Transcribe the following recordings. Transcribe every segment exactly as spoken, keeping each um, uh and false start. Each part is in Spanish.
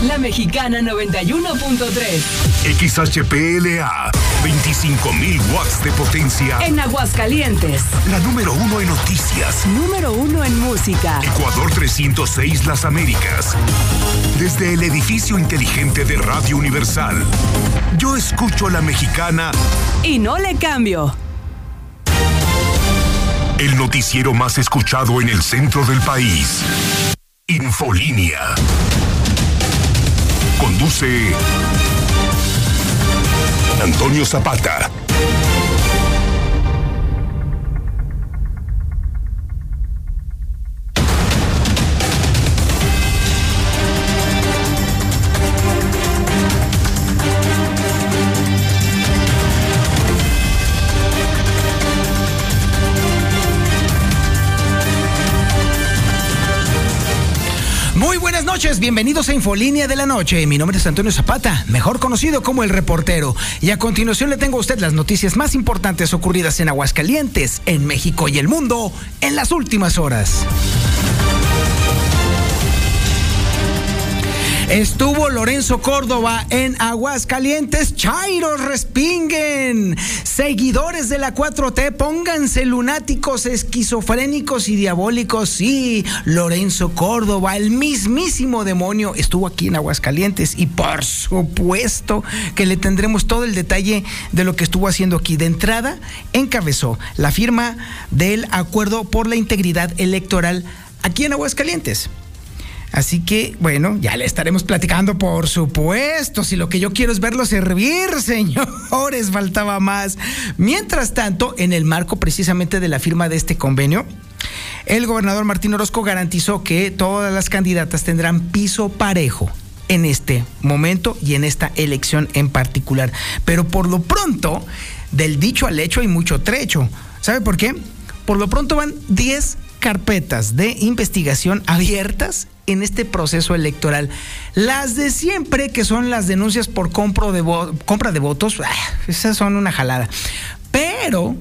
La Mexicana noventa y uno punto tres. X H P L A, veinticinco mil watts de potencia. En Aguascalientes. La número uno en noticias. Número uno en música. Ecuador trescientos seis Las Américas. Desde el edificio inteligente de Radio Universal. Yo escucho La Mexicana. Y no le cambio. El noticiero más escuchado en el centro del país. Infolínea. Conduce Antonio Zapata. Muy buenas noches, bienvenidos a Infolínea de la Noche. Mi nombre es Antonio Zapata, mejor conocido como El Reportero. Y a continuación le tengo a usted las noticias más importantes ocurridas en Aguascalientes, en México y el mundo en las últimas horas. Estuvo Lorenzo Córdoba en Aguascalientes. Chairos respinguen. Seguidores de la cuatro T, pónganse lunáticos, esquizofrénicos y diabólicos. Sí, Lorenzo Córdoba, el mismísimo demonio, estuvo aquí en Aguascalientes y por supuesto que le tendremos todo el detalle de lo que estuvo haciendo aquí. De entrada, encabezó la firma del Acuerdo por la Integridad Electoral aquí en Aguascalientes. Así que, bueno, ya le estaremos platicando, por supuesto. Si lo que yo quiero es verlo servir, señores, faltaba más. Mientras tanto, en el marco precisamente de la firma de este convenio, el gobernador Martín Orozco garantizó que todas las candidatas tendrán piso parejo en este momento y en esta elección en particular. Pero por lo pronto, del dicho al hecho hay mucho trecho. ¿Sabe por qué? Por lo pronto van diez carpetas de investigación abiertas en este proceso electoral. Las de siempre, que son las denuncias por compra de, vo- compra de votos, esas son una jalada. Pero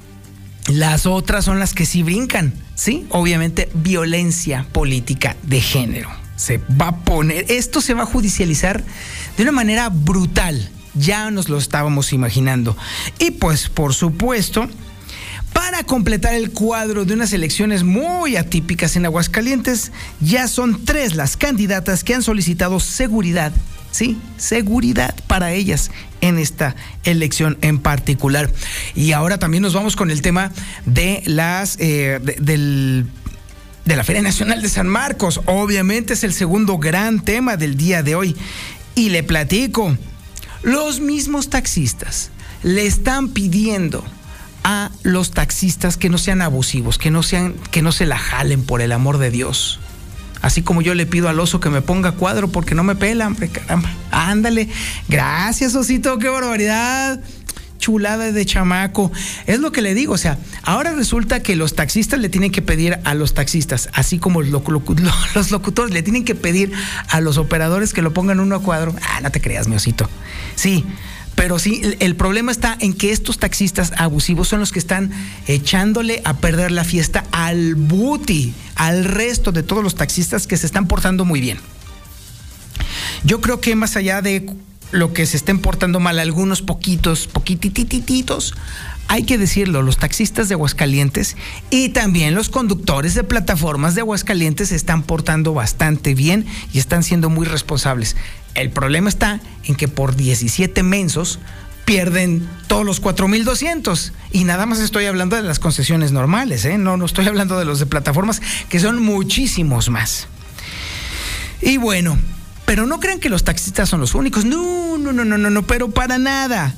las otras son las que sí brincan, ¿sí? Obviamente, violencia política de género. Se va a poner, esto se va a judicializar de una manera brutal. Ya nos lo estábamos imaginando. Y pues, por supuesto, para completar el cuadro de unas elecciones muy atípicas en Aguascalientes, ya son tres las candidatas que han solicitado seguridad, sí, seguridad para ellas en esta elección en particular. Y ahora también nos vamos con el tema de las eh, de, del de la Feria Nacional de San Marcos. Obviamente es el segundo gran tema del día de hoy. Y le platico, los mismos taxistas le están pidiendo a los taxistas que no sean abusivos, que no sean, que no se la jalen, por el amor de Dios. Así como yo le pido al oso que me ponga cuadro porque no me pela, hombre, caramba. Ándale. Gracias, osito, qué barbaridad. Chulada de chamaco. Es lo que le digo, o sea, ahora resulta que los taxistas le tienen que pedir a los taxistas, así como los, locu- los locutores le tienen que pedir a los operadores que lo pongan uno a cuadro. Ah, no te creas, mi osito. Sí. Pero sí, el problema está en que estos taxistas abusivos son los que están echándole a perder la fiesta al buti, al resto de todos los taxistas que se están portando muy bien. Yo creo que más allá de lo que se estén portando mal algunos poquitos, poquititititos, hay que decirlo, los taxistas de Aguascalientes y también los conductores de plataformas de Aguascalientes se están portando bastante bien y están siendo muy responsables. El problema está en que por diecisiete mensos pierden todos los cuatro mil doscientos. Y nada más estoy hablando de las concesiones normales, ¿eh? No, no estoy hablando de los de plataformas, que son muchísimos más. Y bueno, pero no crean que los taxistas son los únicos. No, no, no, no, no, no, pero para nada.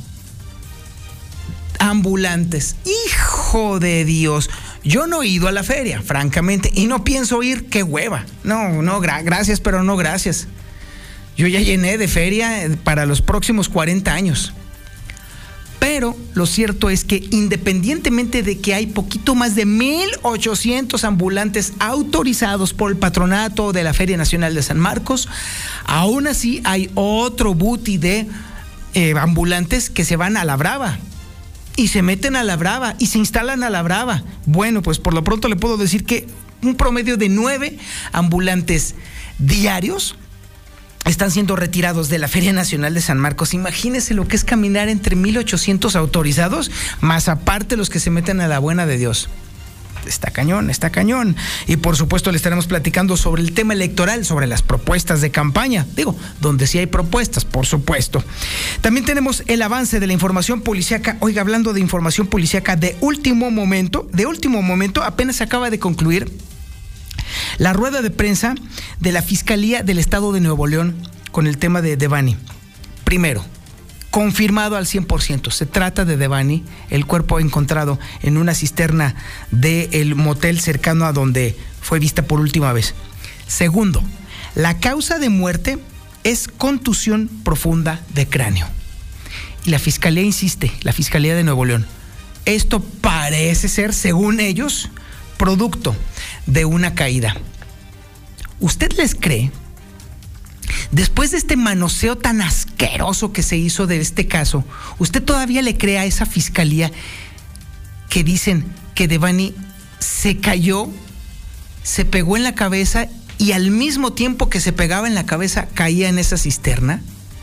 Ambulantes. Hijo de Dios. Yo no he ido a la feria, francamente, y no pienso ir. Qué hueva. No, no, gra- gracias, pero no gracias. Yo ya llené de feria para los próximos cuarenta años. Pero lo cierto es que independientemente de que hay poquito más de mil ochocientos ambulantes autorizados por el patronato de la Feria Nacional de San Marcos, aún así hay otro buti de eh, ambulantes que se van a la brava. Y se meten a la brava y se instalan a la brava. Bueno, pues por lo pronto le puedo decir que un promedio de nueve ambulantes diarios están siendo retirados de la Feria Nacional de San Marcos. Imagínense lo que es caminar entre mil ochocientos autorizados, más aparte los que se meten a la buena de Dios. Está cañón, está cañón. Y por supuesto le estaremos platicando sobre el tema electoral, sobre las propuestas de campaña. Digo, donde sí hay propuestas, por supuesto. También tenemos el avance de la información policíaca. Oiga, hablando de información policíaca de último momento, de último momento, apenas acaba de concluir la rueda de prensa de la Fiscalía del Estado de Nuevo León con el tema de Devani. Primero, confirmado al cien por ciento, se trata de Devani, el cuerpo encontrado en una cisterna del motel cercano a donde fue vista por última vez. Segundo, la causa de muerte es contusión profunda de cráneo. Y la Fiscalía insiste, la Fiscalía de Nuevo León, esto parece ser, según ellos, producto de una caída. ¿Usted les cree? Después de este manoseo tan asqueroso que se hizo de este caso, ¿usted todavía le cree a esa fiscalía que dicen que Devani se cayó, se pegó en la cabeza y al mismo tiempo que se pegaba en la cabeza caía en esa cisterna?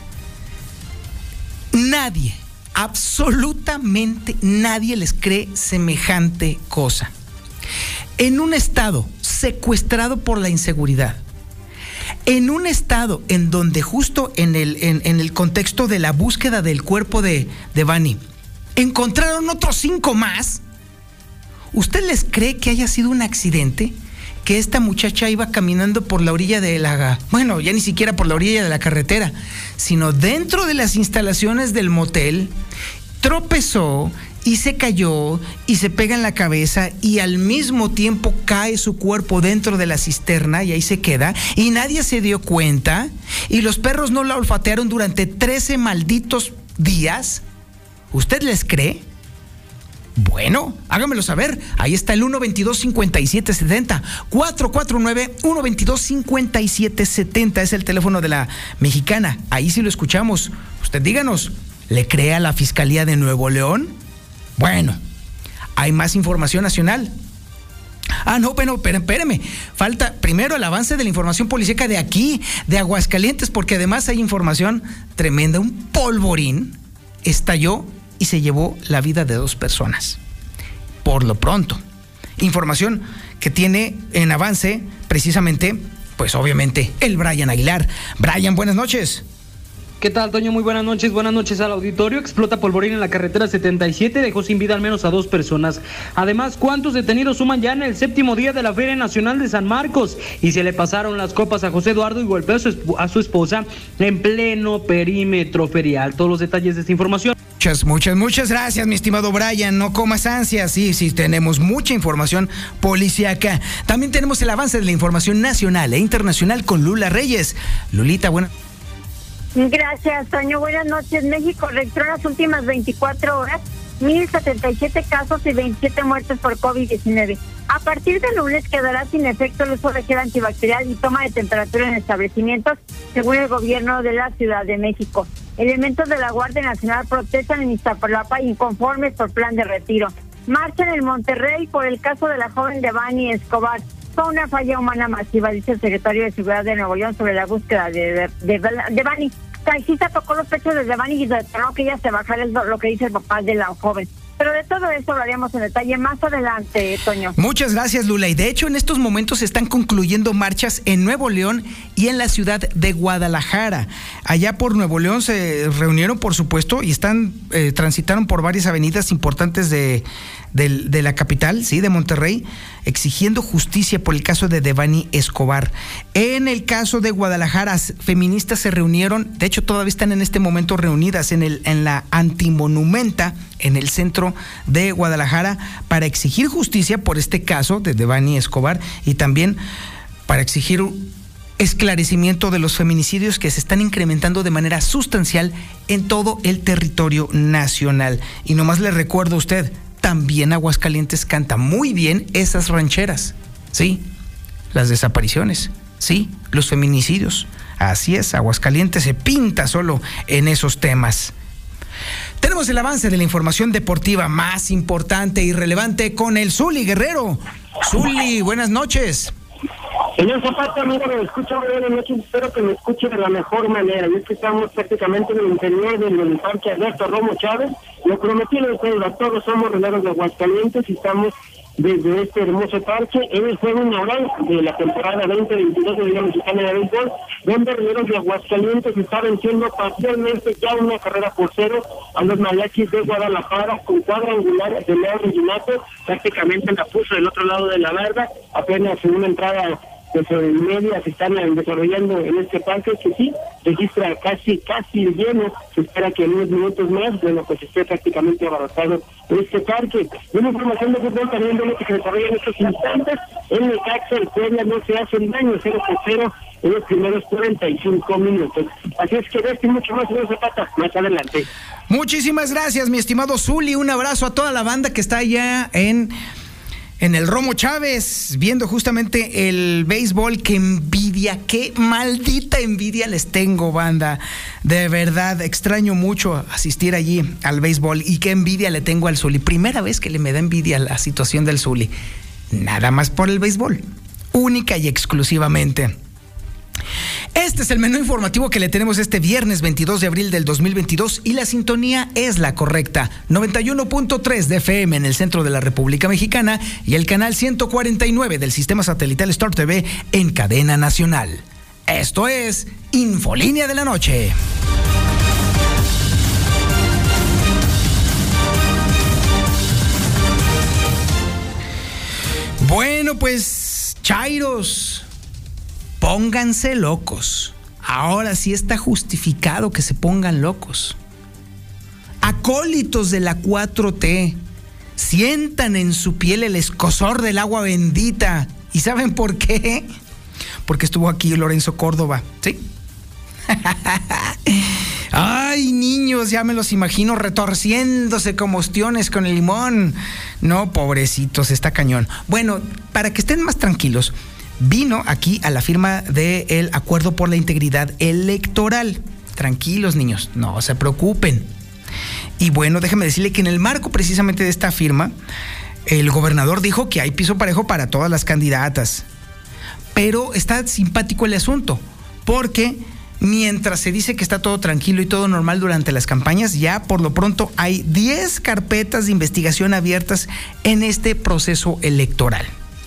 Nadie, absolutamente nadie les cree semejante cosa. En un estado secuestrado por la inseguridad, en un estado en donde justo en el, en, en el contexto de la búsqueda del cuerpo de Devani, encontraron otros cinco más, ¿usted les cree que haya sido un accidente? Que esta muchacha iba caminando por la orilla de la, bueno, ya ni siquiera por la orilla de la carretera, sino dentro de las instalaciones del motel, tropezó y se cayó y se pega en la cabeza y al mismo tiempo cae su cuerpo dentro de la cisterna y ahí se queda y nadie se dio cuenta y los perros no la olfatearon durante trece malditos días? ¿Usted les cree? Bueno, hágamelo saber. Ahí está el uno veintidós cincuenta y siete setenta, cuatro cuatro nueve uno veintidós cincuenta y siete setenta es el teléfono de la Mexicana. Ahí sí lo escuchamos. Usted díganos, ¿le cree a la Fiscalía de Nuevo León? Bueno, hay más información nacional. Ah, no, bueno, pero espéreme. Falta primero el avance de la información policíaca de aquí, de Aguascalientes, porque además hay información tremenda. Un polvorín estalló y se llevó la vida de dos personas. Por lo pronto, información que tiene en avance precisamente, pues obviamente, el Brian Aguilar. Brian, buenas noches. ¿Qué tal, Toño? Muy buenas noches, buenas noches al auditorio. Explota polvorín en la carretera setenta y siete, dejó sin vida al menos a dos personas. Además, ¿cuántos detenidos suman ya en el séptimo día de la Feria Nacional de San Marcos? Y se le pasaron las copas a José Eduardo y golpeó a su, a su esposa en pleno perímetro ferial. Todos los detalles de esta información. Muchas, muchas, muchas gracias, mi estimado Brian. No comas ansias. Sí, sí, tenemos mucha información policíaca. También tenemos el avance de la información nacional e internacional con Lula Reyes. Lulita, buenas. Gracias, Toño. Buenas noches. México registró en las últimas veinticuatro horas mil setenta y siete casos y veintisiete muertes por COVID diecinueve. A partir del lunes quedará sin efecto el uso de gel antibacterial y toma de temperatura en establecimientos, según el gobierno de la Ciudad de México. Elementos de la Guardia Nacional protestan en Iztapalapa inconformes por plan de retiro. Marchan en Monterrey por el caso de la joven Devani Escobar. Fue una falla humana masiva, dice el secretario de Seguridad de Nuevo León sobre la búsqueda de, de, de Devani. Taxista tocó los pechos de Devani y determinó que ella se bajara el, lo que dice el papá de la joven. Pero de todo esto hablaremos en detalle más adelante, Toño. Muchas gracias, Lula. Y de hecho, en estos momentos se están concluyendo marchas en Nuevo León y en la ciudad de Guadalajara. Allá por Nuevo León se reunieron, por supuesto, y están eh, transitaron por varias avenidas importantes de, de, de la capital, sí, de Monterrey, exigiendo justicia por el caso de Devani Escobar. En el caso de Guadalajara, feministas se reunieron, de hecho todavía están en este momento reunidas en, el, en la Antimonumenta, en el centro de Guadalajara, para exigir justicia por este caso de Devani Escobar y también para exigir esclarecimiento de los feminicidios que se están incrementando de manera sustancial en todo el territorio nacional. Y nomás le recuerdo a usted, también Aguascalientes canta muy bien esas rancheras, sí, las desapariciones, sí, los feminicidios. Así es, Aguascalientes se pinta solo en esos temas. Tenemos el avance de la información deportiva más importante y relevante con el Zuli Guerrero. Zuli, buenas noches. Señor Zapata, mira, me escucha muy buenas noches, espero que me escuche de la mejor manera. Y es que estamos prácticamente en el interior del parque Alberto Romo Chávez. Lo prometí en el pueblo, todos somos relados de Aguascalientes y estamos desde este hermoso parque en el juego inaugural de la temporada veinte veintidós de la Liga Mexicana de Béisbol, donde Rieleros de Aguascalientes está venciendo parcialmente ya una carrera por cero a los Mariachis de Guadalajara con cuadrangular de Leo Reginato, prácticamente la puso del otro lado de la barda, apenas en una entrada de media se están desarrollando en este parque que sí registra casi casi lleno. Se espera que en unos minutos más, bueno, pues esté prácticamente abarrotado en este parque. Y una información de fútbol también de lo que se desarrolla en estos instantes. En Necaxa, el Puebla no se hace el daño, cero por cero en los primeros cuarenta y cinco minutos. Así es que de esto y mucho más, señor Zapata, más adelante. Muchísimas gracias, mi estimado Zuli. Un abrazo a toda la banda que está allá en... En el Romo Chávez, viendo justamente el béisbol. Qué envidia, qué maldita envidia les tengo, banda. De verdad, extraño mucho asistir allí al béisbol y qué envidia le tengo al Zuli. Primera vez que le me da envidia la situación del Zuli. Nada más por el béisbol, única y exclusivamente. Este es el menú informativo que le tenemos este viernes veintidós de abril del dos mil veintidós y la sintonía es la correcta. noventa y uno punto tres de F M en el centro de la República Mexicana y el canal ciento cuarenta y nueve del sistema satelital Star T V en cadena nacional. Esto es Infolínea de la Noche. Bueno, pues, chairos, pónganse locos. Ahora sí está justificado que se pongan locos. Acólitos de la cuatro T, sientan en su piel el escozor del agua bendita. ¿Y saben por qué? Porque estuvo aquí Lorenzo Córdoba, ¿sí? Ay, niños, ya me los imagino retorciéndose como ostiones con el limón. No, pobrecitos, está cañón. Bueno, para que estén más tranquilos, vino aquí a la firma del Acuerdo por la Integridad Electoral. Tranquilos, niños, no se preocupen. Y bueno, déjeme decirle que en el marco precisamente de esta firma, el gobernador dijo que hay piso parejo para todas las candidatas. Pero está simpático el asunto, porque mientras se dice que está todo tranquilo y todo normal durante las campañas, ya por lo pronto hay diez carpetas de investigación abiertas en este proceso electoral.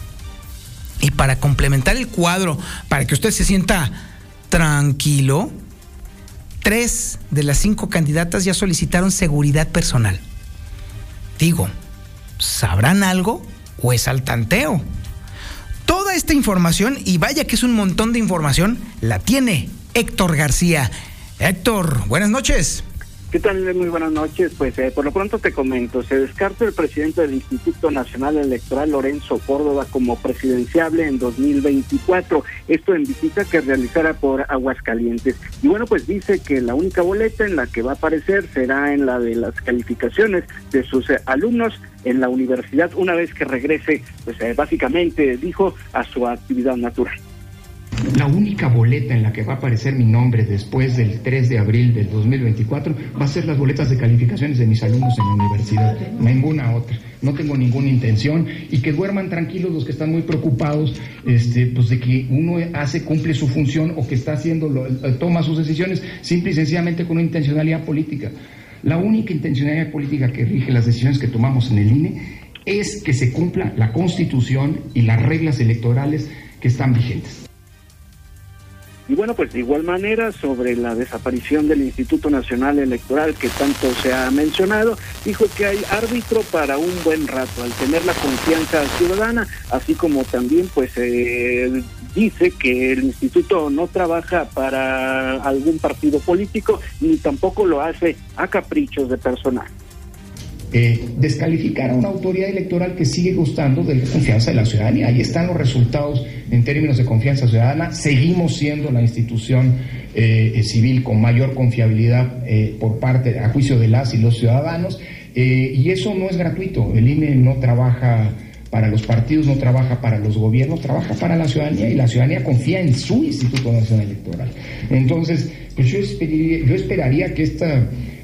Y para complementar el cuadro, para que usted se sienta tranquilo, tres de las cinco candidatas ya solicitaron seguridad personal. Digo, ¿sabrán algo o es al tanteo? Toda esta información, y vaya que es un montón de información, la tiene Héctor García. Héctor, buenas noches. ¿Qué tal? Muy buenas noches. Pues eh, por lo pronto te comento, se descarta el presidente del Instituto Nacional Electoral, Lorenzo Córdoba, como presidenciable en dos mil veinticuatro. Esto en visita que realizará por Aguascalientes. Y bueno, pues dice que la única boleta en la que va a aparecer será en la de las calificaciones de sus eh, alumnos en la universidad, una vez que regrese, pues eh, básicamente dijo, a su actividad natural. La única boleta en la que va a aparecer mi nombre después del tres de abril del dos mil veinticuatro va a ser las boletas de calificaciones de mis alumnos en la universidad, ninguna otra. No tengo ninguna intención, y que duerman tranquilos los que están muy preocupados, este, pues de que uno hace, cumple su función o que está haciendo, lo, toma sus decisiones simple y sencillamente con una intencionalidad política. La única intencionalidad política que rige las decisiones que tomamos en el I N E es que se cumpla la Constitución y las reglas electorales que están vigentes. Y bueno, pues de igual manera, sobre la desaparición del Instituto Nacional Electoral que tanto se ha mencionado, dijo que hay árbitro para un buen rato, al tener la confianza ciudadana, así como también pues eh, dice que el instituto no trabaja para algún partido político, ni tampoco lo hace a caprichos de personal. Eh, descalificar a una autoridad electoral que sigue gustando de la confianza de la ciudadanía. Ahí están los resultados en términos de confianza ciudadana. Seguimos siendo la institución eh, civil con mayor confiabilidad eh, por parte, a juicio de las y los ciudadanos, eh, y eso no es gratuito. El I N E no trabaja para los partidos, no trabaja para los gobiernos, trabaja para la ciudadanía, y la ciudadanía confía en su Instituto Nacional Electoral. Entonces, pues yo esperaría, yo esperaría que esta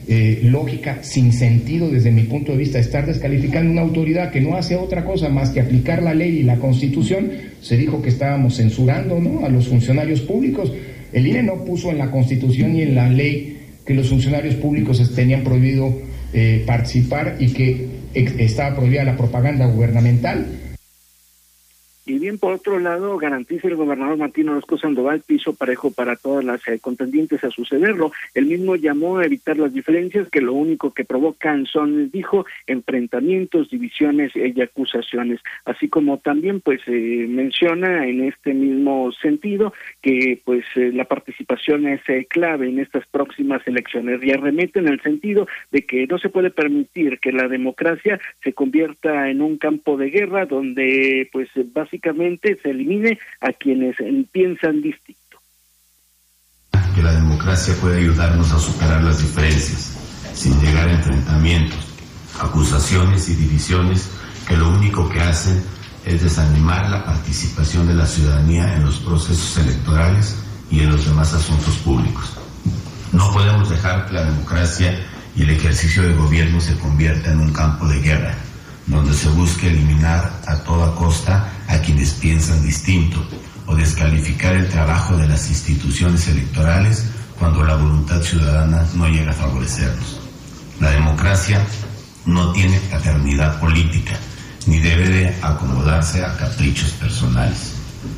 eh, lógica, sin sentido desde mi punto de vista, estar descalificando una autoridad que no hace otra cosa más que aplicar la ley y la Constitución. Se dijo que estábamos censurando, ¿no?, a los funcionarios públicos. El I N E no puso en la Constitución ni en la ley que los funcionarios públicos tenían prohibido eh, participar y que ex- estaba prohibida la propaganda gubernamental. Y bien, por otro lado, garantiza el gobernador Martín Orozco Sandoval piso parejo para todas las eh, contendientes a sucederlo. El mismo llamó a evitar las diferencias que lo único que provocan son, dijo, enfrentamientos, divisiones y acusaciones. Así como también pues eh, menciona en este mismo sentido que pues eh, la participación es eh, clave en estas próximas elecciones y arremete en el sentido de que no se puede permitir que la democracia se convierta en un campo de guerra donde pues básicamente Básicamente se elimine a quienes piensan distinto. Que la democracia puede ayudarnos a superar las diferencias, sin llegar a enfrentamientos, acusaciones y divisiones que lo único que hacen es desanimar la participación de la ciudadanía en los procesos electorales y en los demás asuntos públicos. No podemos dejar que la democracia y el ejercicio de gobierno se convierta en un campo de guerra, donde se busque eliminar a toda costa a quienes piensan distinto o descalificar el trabajo de las instituciones electorales cuando la voluntad ciudadana no llega a favorecernos. La democracia no tiene paternidad política, ni debe de acomodarse a caprichos personales.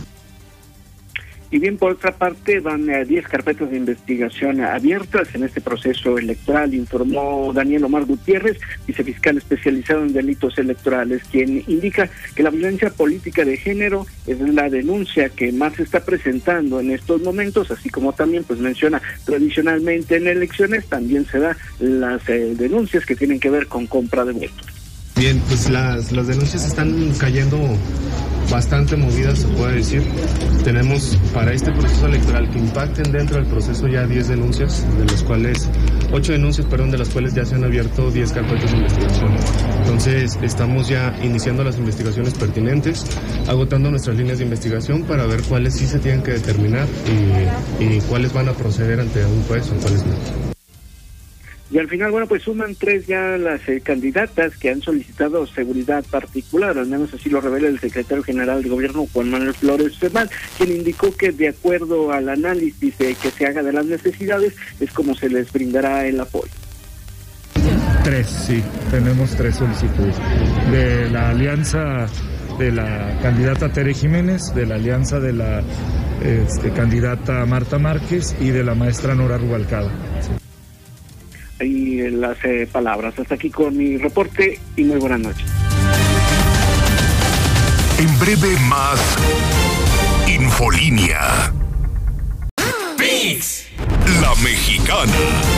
Y bien, por otra parte, van a diez carpetas de investigación abiertas en este proceso electoral, informó Daniel Omar Gutiérrez, vicefiscal especializado en delitos electorales, quien indica que la violencia política de género es la denuncia que más se está presentando en estos momentos, así como también pues menciona tradicionalmente en elecciones también se da las eh, denuncias que tienen que ver con compra de votos. Bien, pues las, las denuncias están cayendo bastante movidas, se puede decir. Tenemos para este proceso electoral que impacten dentro del proceso ya diez denuncias, de las cuales, ocho denuncias, perdón, de las cuales ya se han abierto diez carpetas de investigación. Entonces, estamos ya iniciando las investigaciones pertinentes, agotando nuestras líneas de investigación para ver cuáles sí se tienen que determinar y, y cuáles van a proceder ante un juez o cuáles no. Y al final, bueno, pues suman tres ya las eh, candidatas que han solicitado seguridad particular, al menos así lo revela el secretario general de Gobierno, Juan Manuel Flores Femán, quien indicó que de acuerdo al análisis eh, que se haga de las necesidades, es como se les brindará el apoyo. Tres, sí, tenemos tres solicitudes. De la alianza de la candidata Tere Jiménez, de la alianza de la este, candidata Marta Márquez y de la maestra Nora Rubalcaba. Sí. Ahí las eh, palabras. Hasta aquí con mi reporte y muy buenas noches. En breve más Infolínea. Pix, la mexicana.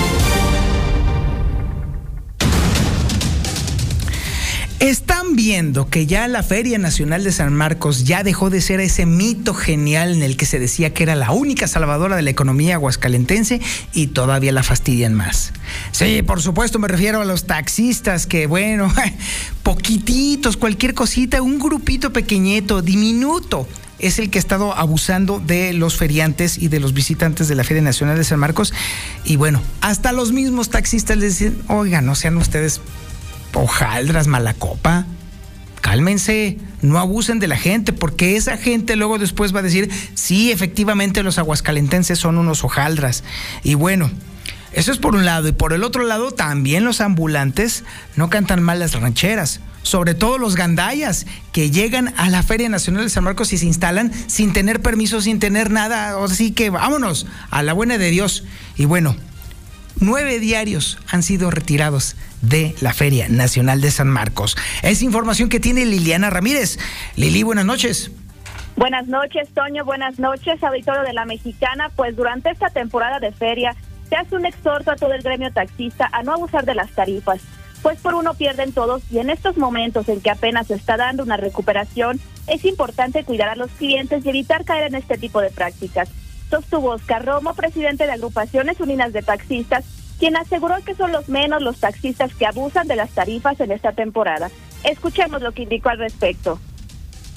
Están viendo que ya la Feria Nacional de San Marcos ya dejó de ser ese mito genial en el que se decía que era la única salvadora de la economía aguascalentense y todavía la fastidian más. Sí, por supuesto me refiero a los taxistas que, bueno, poquititos, cualquier cosita, un grupito pequeñito, diminuto, es el que ha estado abusando de los feriantes y de los visitantes de la Feria Nacional de San Marcos. Y bueno, hasta los mismos taxistas les dicen, oigan, no sean ustedes hojaldras, mala copa, cálmense, no abusen de la gente, porque esa gente luego después va a decir, sí, efectivamente los aguascalentenses son unos hojaldras. Y bueno, eso es por un lado, y por el otro lado también los ambulantes no cantan mal las rancheras, sobre todo los gandayas que llegan a la Feria Nacional de San Marcos y se instalan sin tener permiso, sin tener nada, así que vámonos, a la buena de Dios. Y bueno, nueve diarios han sido retirados de la Feria Nacional de San Marcos. Es información que tiene Liliana Ramírez. Lili, buenas noches. Buenas noches, Toño. Buenas noches, auditorio de La Mexicana. Pues durante esta temporada de feria se hace un exhorto a todo el gremio taxista a no abusar de las tarifas, pues por uno pierden todos, y en estos momentos en que apenas se está dando una recuperación, es importante cuidar a los clientes y evitar caer en este tipo de prácticas. Sostuvo Oscar Romo, presidente de Agrupaciones Unidas de Taxistas, quien aseguró que son los menos los taxistas que abusan de las tarifas en esta temporada. Escuchemos lo que indicó al respecto.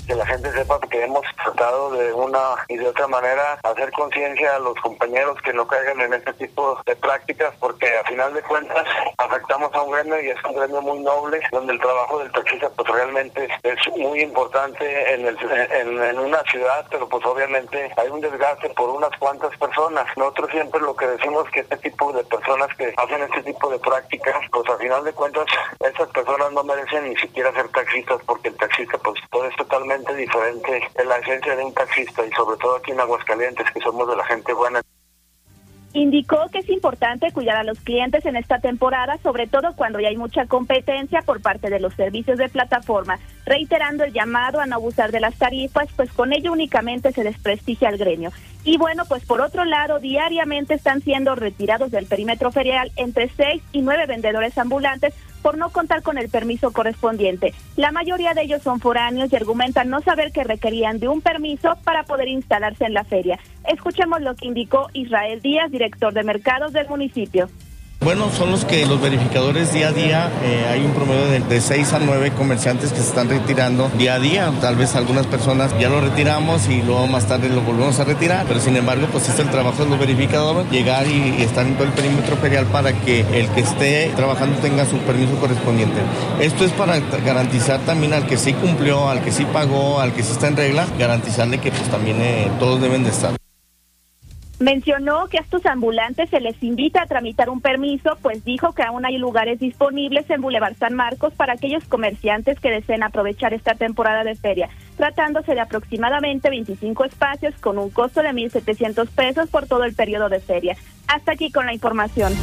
que la gente sepa que hemos tratado de una y de otra manera hacer conciencia a los compañeros que no caigan en este tipo de prácticas, porque a final de cuentas afectamos a un gremio y es un gremio muy noble, donde el trabajo del taxista pues realmente es muy importante en, el, en, en una ciudad, pero pues obviamente hay un desgaste por unas cuantas personas. Nosotros siempre lo que decimos que este tipo de personas que hacen este tipo de prácticas, pues a final de cuentas esas personas no merecen ni siquiera ser taxistas, porque el taxista pues todo es totalmente diferente en la esencia de un taxista, y sobre todo aquí en Aguascalientes, que somos de la gente buena. Indicó que es importante cuidar a los clientes en esta temporada, sobre todo cuando ya hay mucha competencia por parte de los servicios de plataforma, reiterando el llamado a no abusar de las tarifas, pues con ello únicamente se desprestigia al gremio. Y bueno, pues por otro lado, diariamente están siendo retirados del perímetro ferial entre seis y nueve vendedores ambulantes por no contar con el permiso correspondiente. La mayoría de ellos son foráneos y argumentan no saber que requerían de un permiso para poder instalarse en la feria. Escuchemos lo que indicó Israel Díaz, director de mercados del municipio. Bueno, son los que los verificadores día a día, eh, hay un promedio de, de seis a nueve comerciantes que se están retirando día a día. Tal vez algunas personas ya lo retiramos y luego más tarde lo volvemos a retirar, pero sin embargo pues es el trabajo de los verificadores llegar y, y estar en todo el perímetro ferial para que el que esté trabajando tenga su permiso correspondiente. Esto es para garantizar también al que sí cumplió, al que sí pagó, al que sí está en regla, garantizarle que pues también eh, todos deben de estar. Mencionó que a estos ambulantes se les invita a tramitar un permiso, pues dijo que aún hay lugares disponibles en Boulevard San Marcos para aquellos comerciantes que deseen aprovechar esta temporada de feria, tratándose de aproximadamente veinticinco espacios con un costo de mil setecientos pesos por todo el periodo de feria. Hasta aquí con la información.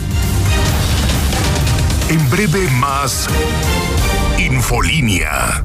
En breve más Infolínea.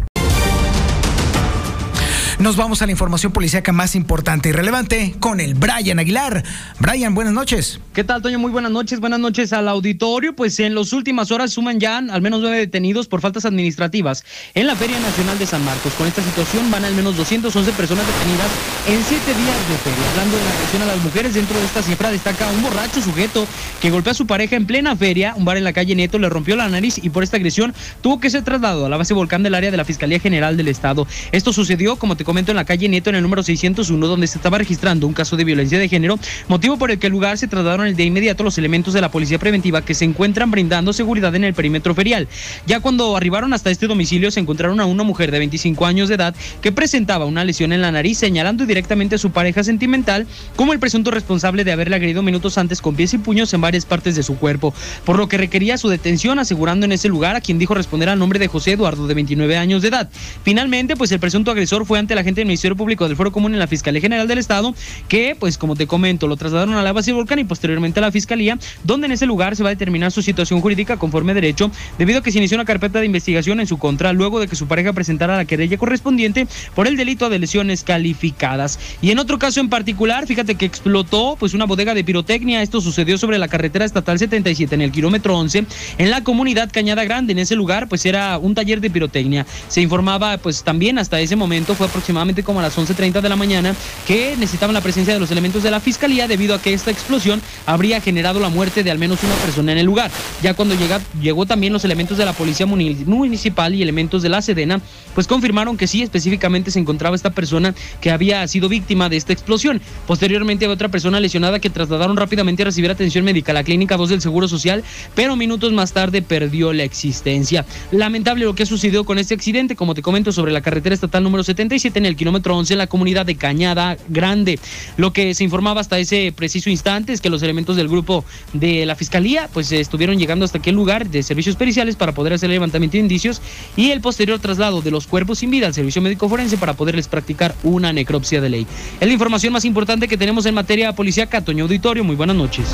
Nos vamos a la información policíaca más importante y relevante con el Brian Aguilar. Brian, buenas noches. ¿Qué tal, Toño? Muy buenas noches. Buenas noches al auditorio. Pues en las últimas horas suman ya al menos nueve detenidos por faltas administrativas en la Feria Nacional de San Marcos. Con esta situación van al menos doscientas once personas detenidas en siete días de feria. Hablando de la agresión a las mujeres, dentro de esta cifra destaca un borracho sujeto que golpeó a su pareja en plena feria, un bar en la calle Neto, le rompió la nariz y por esta agresión tuvo que ser trasladado a la base Volcán del área de la Fiscalía General del Estado. Esto sucedió, como te comento, en la calle Nieto, en el número seiscientos uno, donde se estaba registrando un caso de violencia de género, motivo por el que el lugar se trasladaron de inmediato los elementos de la policía preventiva que se encuentran brindando seguridad en el perímetro ferial. Ya cuando arribaron hasta este domicilio se encontraron a una mujer de veinticinco años de edad que presentaba una lesión en la nariz, señalando directamente a su pareja sentimental como el presunto responsable de haberle agredido minutos antes con pies y puños en varias partes de su cuerpo, por lo que requería su detención, asegurando en ese lugar a quien dijo responder al nombre de José Eduardo, de veintinueve años de edad. Finalmente, pues el presunto agresor fue ante la agente del Ministerio Público del Foro Común en la Fiscalía General del Estado, que, pues como te comento, lo trasladaron a la base Volcán y posteriormente a la Fiscalía, donde en ese lugar se va a determinar su situación jurídica conforme a derecho, debido a que se inició una carpeta de investigación en su contra luego de que su pareja presentara la querella correspondiente por el delito de lesiones calificadas. Y en otro caso en particular, fíjate que explotó pues una bodega de pirotecnia. Esto sucedió sobre la carretera estatal setenta y siete en el kilómetro once, en la comunidad Cañada Grande. En ese lugar pues era un taller de pirotecnia. Se informaba pues también hasta ese momento, fue aproximadamente como a las once treinta de la mañana, que necesitaban la presencia de los elementos de la Fiscalía debido a que esta explosión habría generado la muerte de al menos una persona en el lugar. Ya cuando llega, llegó también los elementos de la Policía Municipal y elementos de la Sedena, pues confirmaron que sí, específicamente se encontraba esta persona que había sido víctima de esta explosión. Posteriormente había otra persona lesionada que trasladaron rápidamente a recibir atención médica a la Clínica dos del Seguro Social, pero minutos más tarde perdió la existencia. Lamentable lo que ha sucedido con este accidente, como te comento, sobre la carretera estatal número setenta y siete en el kilómetro once en la comunidad de Cañada Grande. Lo que se informaba hasta ese preciso instante es que los elementos del grupo de la Fiscalía pues estuvieron llegando hasta aquel lugar de servicios periciales para poder hacer el levantamiento de indicios y el posterior traslado de los cuerpos sin vida al servicio médico forense para poderles practicar una necropsia de ley. Es la información más importante que tenemos en materia policíaca. Toño Auditorio, muy buenas noches.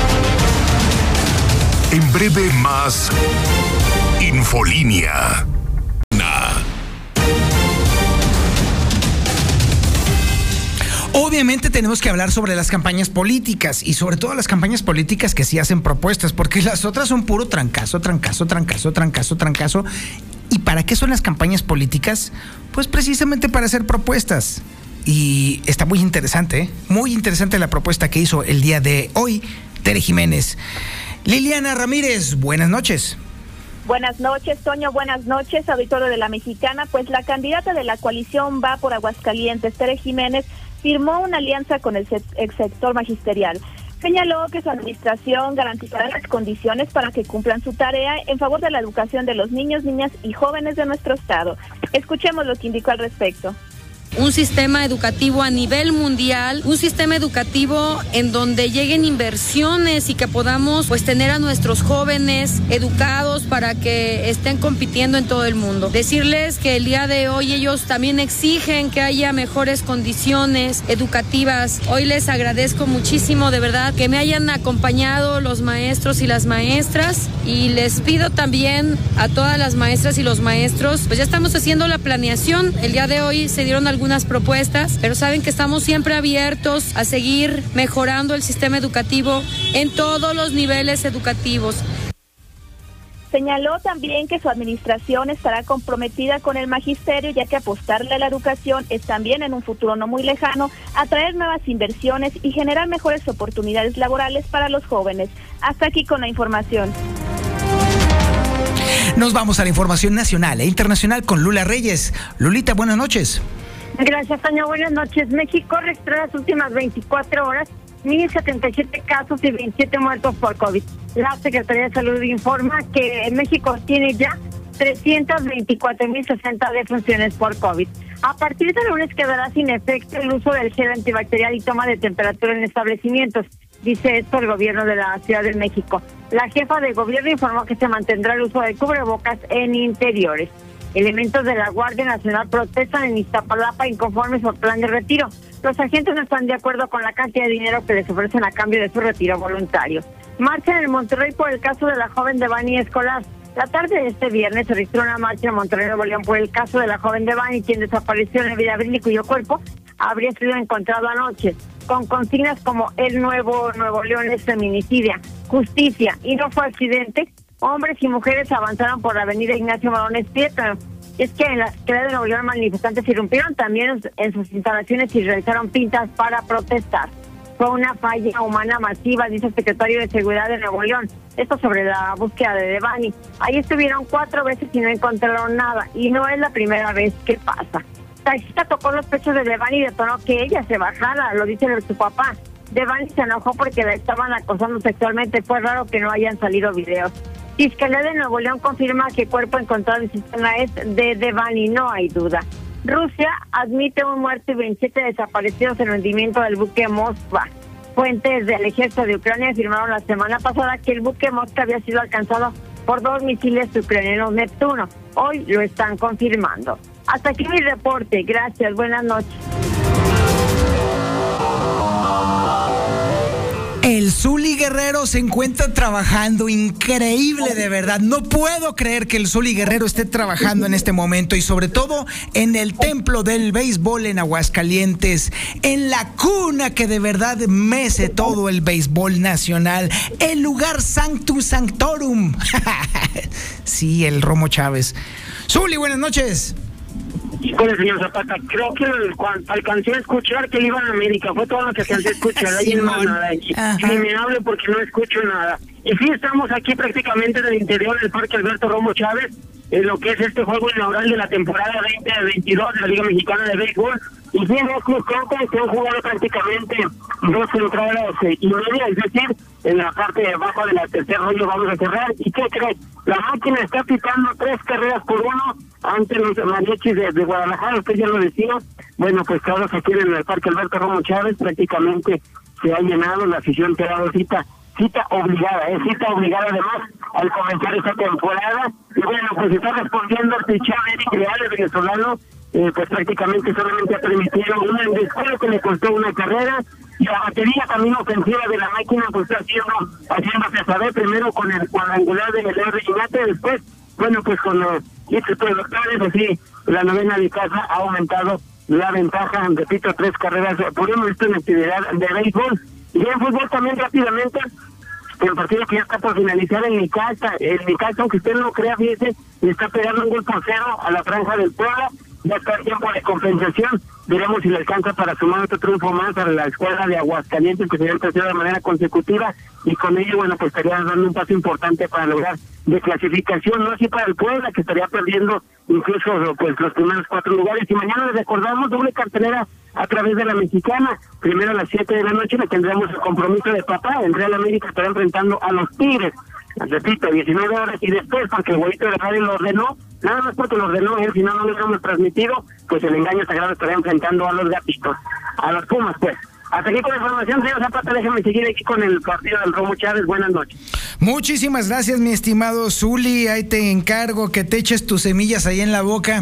En breve más Infolínea. Obviamente tenemos que hablar sobre las campañas políticas y sobre todo las campañas políticas que sí hacen propuestas, porque las otras son puro trancazo, trancazo, trancazo, trancazo, trancazo. ¿Y para qué son las campañas políticas? Pues precisamente para hacer propuestas. Y está muy interesante, ¿eh? Muy interesante la propuesta que hizo el día de hoy Tere Jiménez. Liliana Ramírez, buenas noches. Buenas noches, Toño, buenas noches, auditorio de La Mexicana. Pues la candidata de la coalición Va por Aguascalientes, Tere Jiménez, firmó una alianza con el ex sector magisterial. Señaló que su administración garantizará las condiciones para que cumplan su tarea en favor de la educación de los niños, niñas y jóvenes de nuestro estado. Escuchemos lo que indicó al respecto. Un sistema educativo a nivel mundial, un sistema educativo en donde lleguen inversiones y que podamos pues tener a nuestros jóvenes educados para que estén compitiendo en todo el mundo. Decirles que el día de hoy ellos también exigen que haya mejores condiciones educativas. Hoy les agradezco muchísimo, de verdad, que me hayan acompañado los maestros y las maestras, y les pido también a todas las maestras y los maestros, pues ya estamos haciendo la planeación. El día de hoy se dieron algunas algunas propuestas, pero saben que estamos siempre abiertos a seguir mejorando el sistema educativo en todos los niveles educativos. Señaló también que su administración estará comprometida con el magisterio, ya que apostarle a la educación es también, en un futuro no muy lejano, atraer nuevas inversiones y generar mejores oportunidades laborales para los jóvenes. Hasta aquí con la información. Nos vamos a la información nacional e internacional con Lula Reyes. Lulita, buenas noches. Gracias, Toño. Buenas noches. México registró las últimas veinticuatro horas mil setenta y siete casos y veintisiete muertos por COVID. La Secretaría de Salud informa que México tiene ya trescientas veinticuatro mil sesenta defunciones por COVID. A partir del lunes quedará sin efecto el uso del gel antibacterial y toma de temperatura en establecimientos, dice esto el gobierno de la Ciudad de México. La jefa de gobierno informó que se mantendrá el uso de cubrebocas en interiores. Elementos de la Guardia Nacional protestan en Iztapalapa inconformes por plan de retiro. Los agentes no están de acuerdo con la cantidad de dinero que les ofrecen a cambio de su retiro voluntario. Marcha en el Monterrey por el caso de la joven Devani Escolar. La tarde de este viernes se registró una marcha en Monterrey, Nuevo León, por el caso de la joven Devani, quien desapareció en el Villabril y cuyo cuerpo habría sido encontrado anoche, con consignas como el nuevo Nuevo León es feminicidia, justicia y no fue accidente. Hombres y mujeres avanzaron por la avenida Ignacio Morones Prieto. Es que en la Secretaría de Nuevo León manifestantes irrumpieron también en sus instalaciones y realizaron pintas para protestar. Fue una falla humana masiva, dice el secretario de Seguridad de Nuevo León. Esto sobre la búsqueda de Devani. Ahí estuvieron cuatro veces y no encontraron nada. Y no es la primera vez que pasa. Taxista tocó los pechos de Devani y detonó que ella se bajara, lo dice su papá. Devani se enojó porque la estaban acosando sexualmente. Fue raro que no hayan salido videos. Fiscalía de Nuevo León confirma que el cuerpo encontrado en el sistema es de Devani, no hay duda. Rusia admite un muerto y veintisiete desaparecidos en el hundimiento del buque Moskva. Fuentes del ejército de Ucrania afirmaron la semana pasada que el buque Moskva había sido alcanzado por dos misiles ucranianos Neptuno. Hoy lo están confirmando. Hasta aquí mi reporte. Gracias. Buenas noches. El Zuli Guerrero se encuentra trabajando, increíble de verdad. No puedo creer que el Zuli Guerrero esté trabajando en este momento y sobre todo en el templo del béisbol en Aguascalientes, en la cuna que de verdad mece todo el béisbol nacional, el lugar sanctum sanctorum. Sí, el Romo Chávez. Zuli, buenas noches. Con el señor Zapata, creo que cuando alcancé a escuchar que él iba a América, fue todo lo que alcancé a escuchar, ahí no más nada, y, y ni me hable porque no escucho nada. Y sí, estamos aquí prácticamente en el interior del Parque Alberto Romo Chávez, en lo que es este juego inaugural de la temporada veinte veintidós de la Liga Mexicana de Béisbol, y sí, dos Cruz Contas que han jugado prácticamente dos entradas y media, es decir, en la parte baja de la tercer rollo vamos a cerrar. ¿Y qué crees? La máquina está pitando tres carreras por uno ante los mariachis de, de Guadalajara, usted ya lo decía. Bueno, pues todos aquí en el Parque Alberto Romo Chávez prácticamente se ha llenado, la afición te ha dado cita, cita obligada, es ¿eh? cita obligada además al comenzar esta temporada. Y bueno, pues está respondiendo el pichado Eric Real, el venezolano, eh, pues prácticamente solamente ha permitido un descuento que le costó una carrera, y la batería también ofensiva de la máquina pues está haciendo, haciéndose saber, primero con el cuadrangular de Miguel Reginate, después, bueno, pues con los siete productores, así la novena de casa ha aumentado la ventaja, repito, tres carreras por uno, esto en actividad de béisbol. Y en fútbol también rápidamente, el partido que ya está por finalizar en Necaxa, el Necaxa, aunque usted no lo crea, fíjese, le está pegando un gol por cero a la franja del Puebla, ya está el tiempo de compensación, veremos si le alcanza para sumar otro triunfo más a la escuadra de Aguascalientes, que sería el tercero de manera consecutiva, y con ello, bueno, pues estaría dando un paso importante para lograr de clasificación, no así para el Puebla, que estaría perdiendo incluso pues los primeros cuatro lugares. Y mañana les recordamos doble cartelera a través de la Mexicana. Primero a las siete de la noche le tendremos el compromiso de papá. En Real América estará enfrentando a los Tigres. Repito, diecinueve horas, y después, porque el güeyito de radio lo ordenó, nada más porque lo ordenó él, si no, no lo hubiéramos transmitido, pues el engaño sagrado estará enfrentando a los gatitos, a los Pumas, pues. Hasta aquí con la información, señor Zapata, déjame seguir aquí con el partido del Romo Chávez. Buenas noches. Muchísimas gracias, mi estimado Zuli. Ahí te encargo que te eches tus semillas ahí en la boca.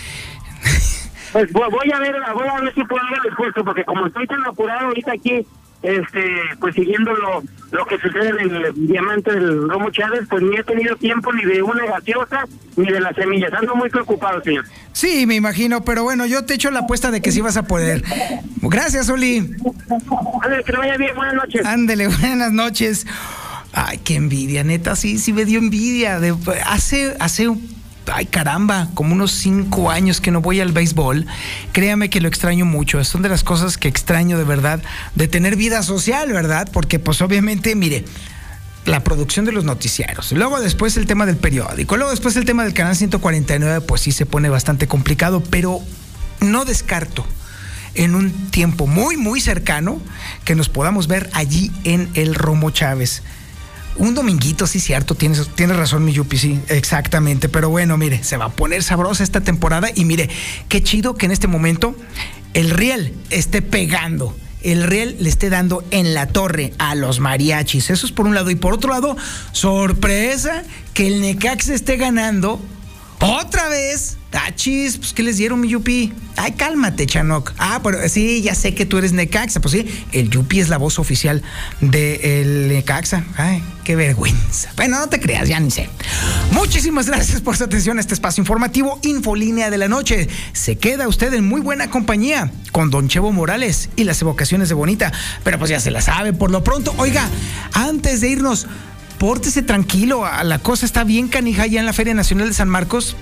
Pues voy a ver, voy a ver si puedo ir al esfuerzo, porque como estoy tan apurado ahorita aquí, este, pues siguiendo lo, lo que sucede en el diamante del Romo Chávez, pues ni he tenido tiempo ni de una gaseosa ni de las semillas. Ando muy preocupado, señor. Sí, me imagino, pero bueno, yo te echo la apuesta de que sí vas a poder. Gracias, Oli. Ándale, que le vaya bien, buenas noches. Ándale, buenas noches. Ay, qué envidia, neta, sí, sí me dio envidia. De, hace, hace un Ay, caramba, como unos cinco años que no voy al béisbol. Créame que lo extraño mucho. Son de las cosas que extraño de verdad, de tener vida social, ¿verdad? Porque pues obviamente, mire, la producción de los noticiarios, luego después el tema del periódico, luego después el tema del canal ciento cuarenta y nueve, pues sí se pone bastante complicado, pero no descarto en un tiempo muy, muy cercano que nos podamos ver allí en el Romo Chávez. Un dominguito, sí, cierto, tienes, tienes razón, mi Yupi, sí, exactamente. Pero bueno, mire, se va a poner sabrosa esta temporada y mire, qué chido que en este momento el Riel esté pegando, el Riel le esté dando en la torre a los mariachis. Eso es por un lado. Y por otro lado, sorpresa que el Necaxa esté ganando otra vez. Tachis, pues ¿qué les dieron, mi Yupi? Ay, cálmate, Chanoc. Ah, pero sí, ya sé que tú eres Necaxa. Pues sí, el Yupi es la voz oficial del Necaxa. Ay, qué vergüenza. Bueno, no te creas, ya ni sé. Muchísimas gracias por su atención a este espacio informativo Infolínea de la Noche. Se queda usted en muy buena compañía con Don Chevo Morales y las evocaciones de Bonita. Pero pues ya se la sabe por lo pronto. Oiga, antes de irnos, pórtese tranquilo. La cosa está bien canija ya en la Feria Nacional de San Marcos.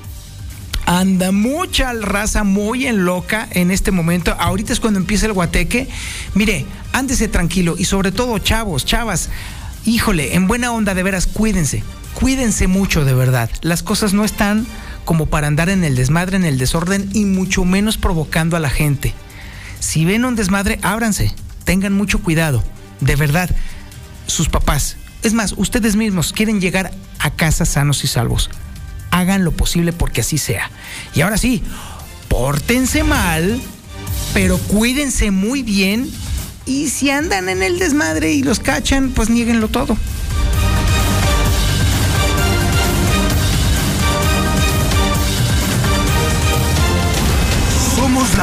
Anda mucha raza muy en loca en este momento. Ahorita es cuando empieza el guateque. Mire, ándese tranquilo y sobre todo, chavos, chavas, híjole, en buena onda, de veras, cuídense. Cuídense mucho, de verdad. Las cosas no están como para andar en el desmadre, en el desorden y mucho menos provocando a la gente. Si ven un desmadre, ábranse. Tengan mucho cuidado. De verdad, sus papás, es más, ustedes mismos quieren llegar a casa sanos y salvos. Hagan lo posible porque así sea. Y ahora sí, pórtense mal, pero cuídense muy bien. Y si andan en el desmadre y los cachan, pues niéguenlo todo.